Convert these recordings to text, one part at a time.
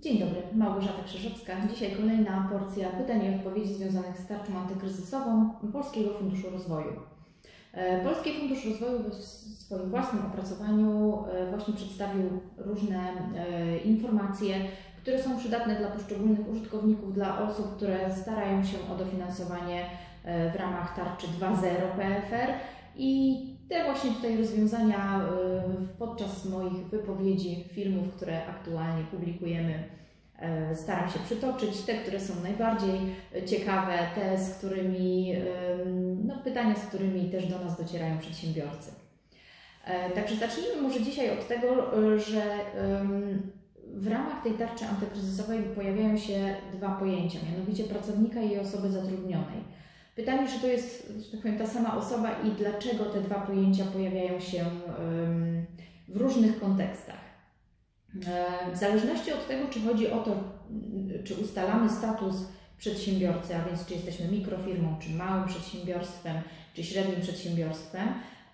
Dzień dobry, Małgorzata Krzyżowska. Dzisiaj kolejna porcja pytań i odpowiedzi związanych z tarczą antykryzysową Polskiego Funduszu Rozwoju. Polski Fundusz Rozwoju w swoim własnym opracowaniu właśnie przedstawił różne informacje, które są przydatne dla poszczególnych użytkowników, dla osób, które starają się o dofinansowanie w ramach tarczy 2.0 PFR. I te właśnie tutaj rozwiązania podczas moich wypowiedzi, filmów, które aktualnie publikujemy, staram się przytoczyć. Te, które są najbardziej ciekawe, te, z którymi, pytania, z którymi też do nas docierają przedsiębiorcy. Także zacznijmy może dzisiaj od tego, że w ramach tej tarczy antykryzysowej pojawiają się dwa pojęcia, mianowicie pracownika i osoby zatrudnionej. Pytanie, czy to jest, że tak powiem, ta sama osoba i dlaczego te dwa pojęcia pojawiają się w różnych kontekstach. W zależności od tego, czy chodzi o to, czy ustalamy status przedsiębiorcy, a więc czy jesteśmy mikrofirmą, czy małym przedsiębiorstwem, czy średnim przedsiębiorstwem,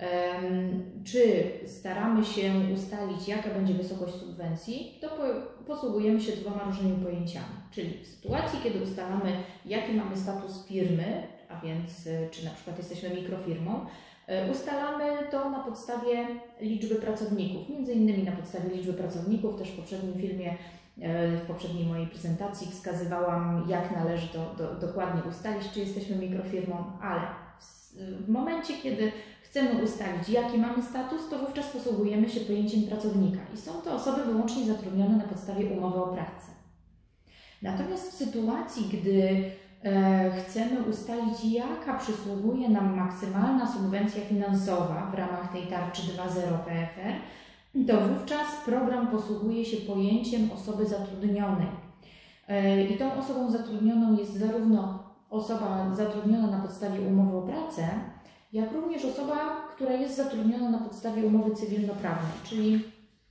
czy staramy się ustalić, jaka będzie wysokość subwencji, to posługujemy się dwoma różnymi pojęciami. Czyli w sytuacji, kiedy ustalamy, jaki mamy status firmy, a więc czy na przykład jesteśmy mikrofirmą, ustalamy to na podstawie liczby pracowników, między innymi na podstawie liczby pracowników. Też w poprzednim filmie, w poprzedniej mojej prezentacji wskazywałam, jak należy to dokładnie ustalić, czy jesteśmy mikrofirmą, ale w momencie, kiedy chcemy ustalić, jaki mamy status, to wówczas posługujemy się pojęciem pracownika i są to osoby wyłącznie zatrudnione na podstawie umowy o pracę. Natomiast w sytuacji, gdy chcemy ustalić, jaka przysługuje nam maksymalna subwencja finansowa w ramach tej tarczy 2.0 PFR, to wówczas program posługuje się pojęciem osoby zatrudnionej. I tą osobą zatrudnioną jest zarówno osoba zatrudniona na podstawie umowy o pracę, jak również osoba, która jest zatrudniona na podstawie umowy cywilnoprawnej, czyli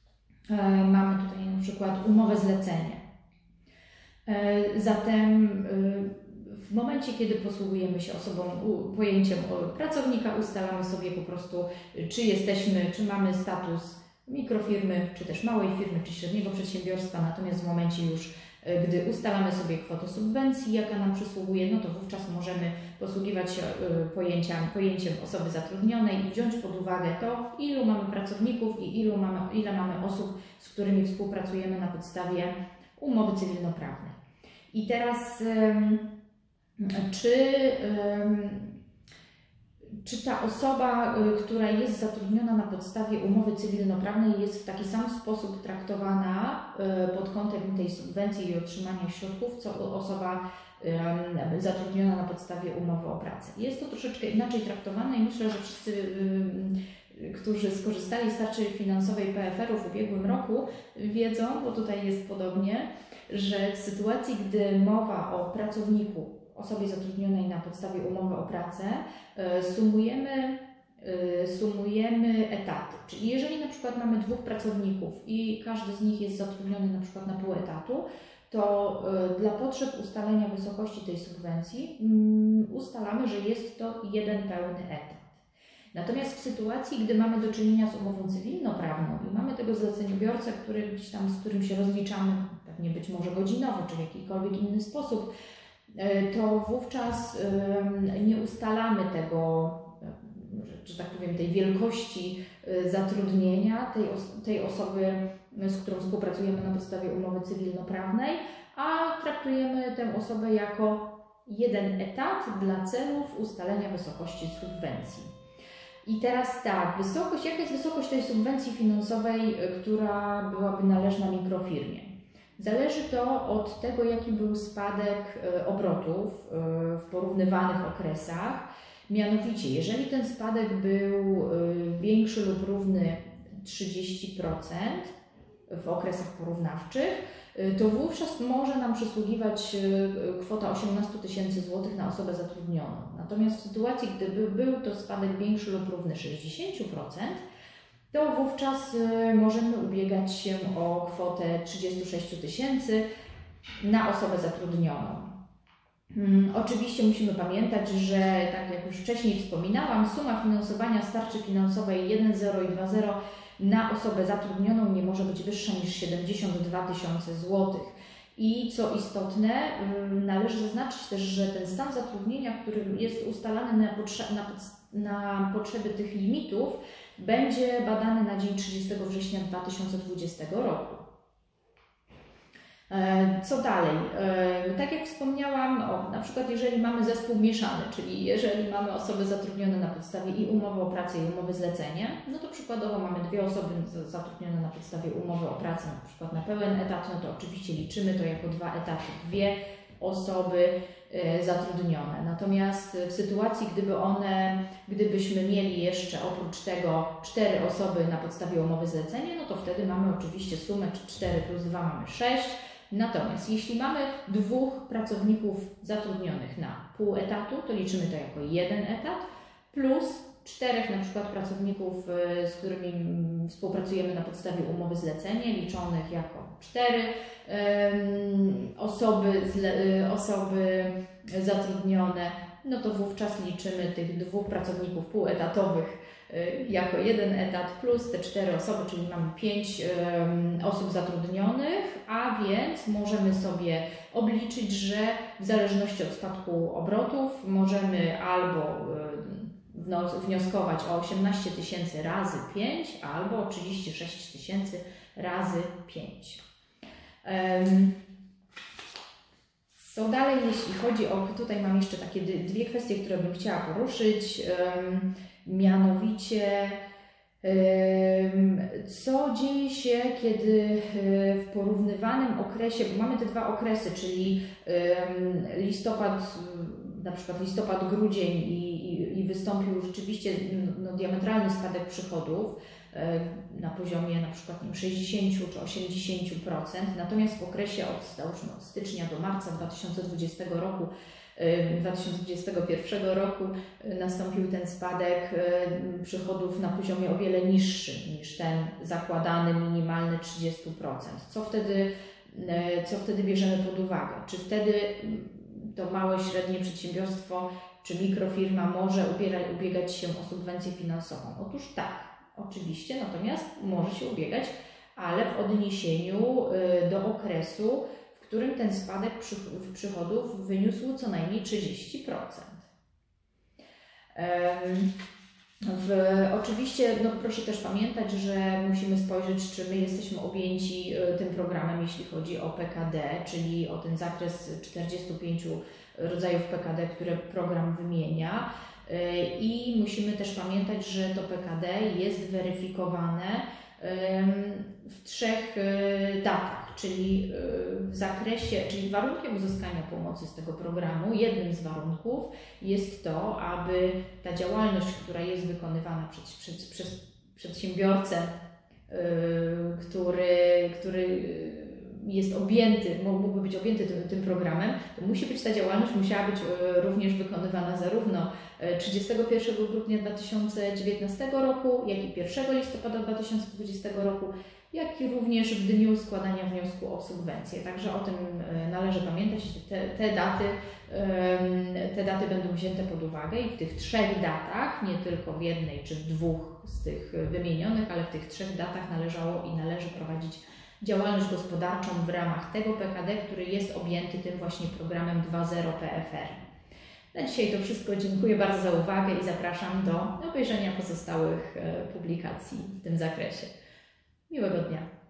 mamy tutaj na przykład umowę zlecenie. Zatem w momencie, kiedy posługujemy się pojęciem pracownika, ustalamy sobie po prostu, czy mamy status mikrofirmy, czy też małej firmy, czy średniego przedsiębiorstwa. Natomiast w momencie już, gdy ustalamy sobie kwotę subwencji, jaka nam przysługuje, no to wówczas możemy posługiwać się pojęciem osoby zatrudnionej i wziąć pod uwagę to, ilu mamy pracowników i ile mamy osób, z którymi współpracujemy na podstawie umowy cywilnoprawnej. I teraz czy ta osoba, która jest zatrudniona na podstawie umowy cywilnoprawnej, jest w taki sam sposób traktowana pod kątem tej subwencji i otrzymania środków, co osoba zatrudniona na podstawie umowy o pracę? Jest to troszeczkę inaczej traktowane i myślę, że wszyscy, którzy skorzystali z tarczy finansowej PFR-u w ubiegłym roku, wiedzą, bo tutaj jest podobnie, że w sytuacji, gdy mowa o pracowniku, osobie zatrudnionej na podstawie umowy o pracę, sumujemy etaty. Czyli jeżeli na przykład mamy dwóch pracowników i każdy z nich jest zatrudniony na przykład na pół etatu, to dla potrzeb ustalenia wysokości tej subwencji ustalamy, że jest to jeden pełny etat. Natomiast w sytuacji, gdy mamy do czynienia z umową cywilnoprawną i mamy tego zleceniobiorcę, z którym się rozliczamy, pewnie być może godzinowo, czy w jakikolwiek inny sposób, to wówczas nie ustalamy tego, że tak powiem, tej wielkości zatrudnienia tej osoby, z którą współpracujemy na podstawie umowy cywilnoprawnej, a traktujemy tę osobę jako jeden etat dla celów ustalenia wysokości subwencji. I teraz tak, jaka jest wysokość tej subwencji finansowej, która byłaby należna mikrofirmie? Zależy to od tego, jaki był spadek obrotów w porównywanych okresach. Mianowicie, jeżeli ten spadek był większy lub równy 30% w okresach porównawczych, to wówczas może nam przysługiwać kwota 18 000 złotych na osobę zatrudnioną. Natomiast w sytuacji, gdyby był to spadek większy lub równy 60%, to wówczas możemy ubiegać się o kwotę 36 000 na osobę zatrudnioną. Oczywiście musimy pamiętać, że tak jak już wcześniej wspominałam, suma finansowania z tarczy finansowej 1.0 i 2.0 na osobę zatrudnioną nie może być wyższa niż 72 tysiące złotych. I co istotne, należy zaznaczyć też, że ten stan zatrudnienia, który jest ustalany na potrzeby tych limitów, będzie badany na dzień 30 września 2020 roku. Co dalej? Tak jak wspomniałam, na przykład jeżeli mamy zespół mieszany, czyli jeżeli mamy osoby zatrudnione na podstawie i umowy o pracę i umowy zlecenia, no to przykładowo mamy dwie osoby zatrudnione na podstawie umowy o pracę, na przykład na pełen etat, no to oczywiście liczymy to jako 2 etaty, 2 osoby zatrudnione. Natomiast w sytuacji, gdybyśmy mieli jeszcze oprócz tego 4 osoby na podstawie umowy zlecenia, no to wtedy mamy oczywiście sumę 4 plus 2 mamy 6. Natomiast jeśli mamy 2 pracowników zatrudnionych na pół etatu, to liczymy to jako 1 etat, plus 4 na przykład pracowników, z którymi współpracujemy na podstawie umowy zlecenia, liczonych jako 4 osoby zatrudnione, no to wówczas liczymy tych 2 pracowników półetatowych jako 1 etat plus te 4 osoby, czyli mamy 5 osób zatrudnionych, a więc możemy sobie obliczyć, że w zależności od spadku obrotów możemy albo wnioskować o 18 tysięcy razy 5 albo o 36 tysięcy razy 5. Co dalej, jeśli chodzi o, tutaj mam jeszcze takie 2 kwestie, które bym chciała poruszyć, mianowicie co dzieje się, kiedy w porównywanym okresie, bo mamy te 2 okresy, czyli listopad, na przykład listopad-grudzień i wystąpił rzeczywiście diametralny spadek przychodów na poziomie na przykład 60 czy 80%, natomiast w okresie od stycznia do marca 2021 roku nastąpił ten spadek przychodów na poziomie o wiele niższym niż ten zakładany minimalny 30%. Co wtedy bierzemy pod uwagę? Czy wtedy to małe, średnie przedsiębiorstwo czy mikrofirma może ubiegać się o subwencję finansową? Otóż tak, oczywiście, natomiast może się ubiegać, ale w odniesieniu do okresu, w którym ten spadek przychodów wyniósł co najmniej 30%. Oczywiście proszę też pamiętać, że musimy spojrzeć, czy my jesteśmy objęci tym programem, jeśli chodzi o PKD, czyli o ten zakres 45 rodzajów PKD, które program wymienia. I musimy też pamiętać, że to PKD jest weryfikowane w 3 datach, czyli w zakresie, czyli warunkiem uzyskania pomocy z tego programu, jednym z warunków jest to, aby ta działalność, która jest wykonywana przez przedsiębiorcę, który jest objęty, mógłby być objęty tym programem, to ta działalność musiała być również wykonywana zarówno 31 grudnia 2019 roku, jak i 1 listopada 2020 roku, jak i również w dniu składania wniosku o subwencję. Także o tym należy pamiętać. Te daty będą wzięte pod uwagę i w tych 3 datach, nie tylko w jednej czy w 2 z tych wymienionych, ale w tych 3 datach należało i należy prowadzić działalność gospodarczą w ramach tego PKD, który jest objęty tym właśnie programem 2.0 PFR. Na dzisiaj to wszystko. Dziękuję bardzo za uwagę i zapraszam do obejrzenia pozostałych publikacji w tym zakresie. Miłego dnia.